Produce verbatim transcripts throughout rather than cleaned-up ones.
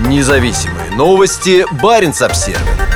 Независимые новости. Баренц-Обсервис.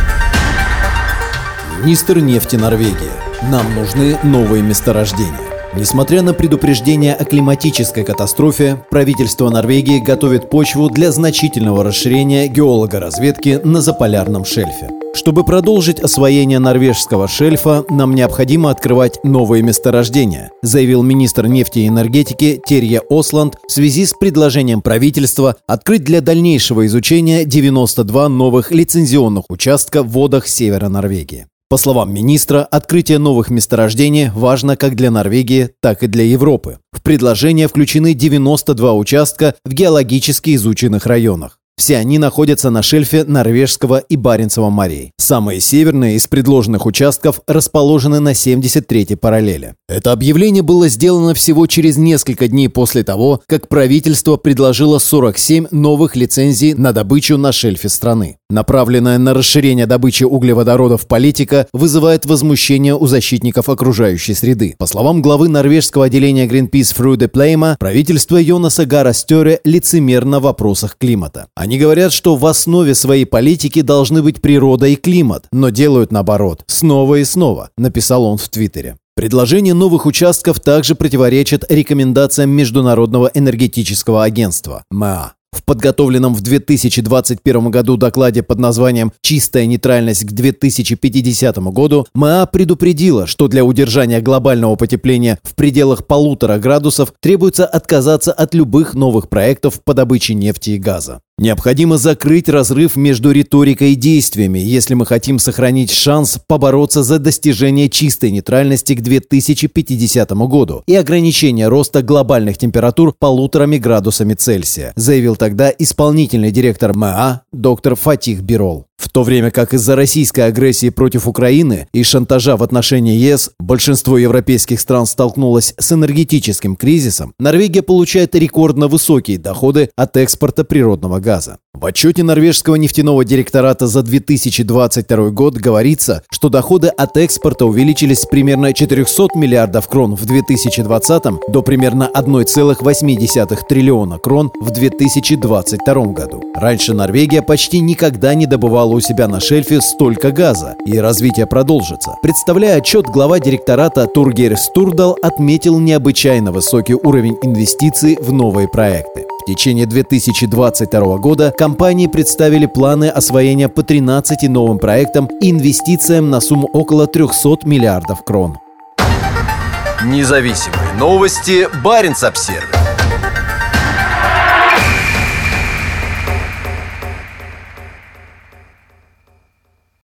Министр нефти Норвегии: нам нужны новые месторождения. Несмотря на предупреждение о климатической катастрофе, правительство Норвегии готовит почву для значительного расширения геологоразведки на заполярном шельфе. Чтобы продолжить освоение норвежского шельфа, нам необходимо открывать новые месторождения, заявил министр нефти и энергетики Терье Осланд в связи с предложением правительства открыть для дальнейшего изучения девяносто два новых лицензионных участка в водах севера Норвегии. По словам министра, открытие новых месторождений важно как для Норвегии, так и для Европы. В предложение включены девяносто два участка в геологически изученных районах. Все они находятся на шельфе Норвежского и Баренцева морей. Самые северные из предложенных участков расположены на семьдесят третьей параллели. Это объявление было сделано всего через несколько дней после того, как правительство предложило сорок семь новых лицензий на добычу на шельфе страны. Направленная на расширение добычи углеводородов политика вызывает возмущение у защитников окружающей среды. По словам главы норвежского отделения Greenpeace Фруде Плейма, правительство Йонаса Гара Стёре лицемерно в вопросах климата. Они говорят, что в основе своей политики должны быть природа и климат, но делают наоборот, снова и снова, написал он в Твиттере. Предложение новых участков также противоречит рекомендациям Международного энергетического агентства эм э а. В подготовленном в две тысячи двадцать первом году докладе под названием «Чистая нейтральность к две тысячи пятидесятому году» эм э а предупредила, что для удержания глобального потепления в пределах полутора градусов требуется отказаться от любых новых проектов по добыче нефти и газа. Необходимо закрыть разрыв между риторикой и действиями, если мы хотим сохранить шанс побороться за достижение чистой нейтральности к две тысячи пятидесятому году и ограничение роста глобальных температур полуторами градусами Цельсия, заявил тогда исполнительный директор эм э а доктор Фатих Бирол. В то время как из-за российской агрессии против Украины и шантажа в отношении е эс большинство европейских стран столкнулось с энергетическим кризисом, Норвегия получает рекордно высокие доходы от экспорта природного газа. В отчете норвежского нефтяного директората за две тысячи двадцать второй год говорится, что доходы от экспорта увеличились с примерно четырехсот миллиардов крон в две тысячи двадцатом до примерно одна целая восемь десятых триллиона крон в две тысячи двадцать втором году. Раньше Норвегия почти никогда не добывала у себя на шельфе столько газа, и развитие продолжится. Представляя отчет, глава директората Тургейр Стурдал отметил необычайно высокий уровень инвестиций в новые проекты. В течение две тысячи двадцать второго года компании представили планы освоения по тринадцати новым проектам и инвестициям на сумму около трехсот миллиардов крон. Независимые новости. Баренц-Обсервис.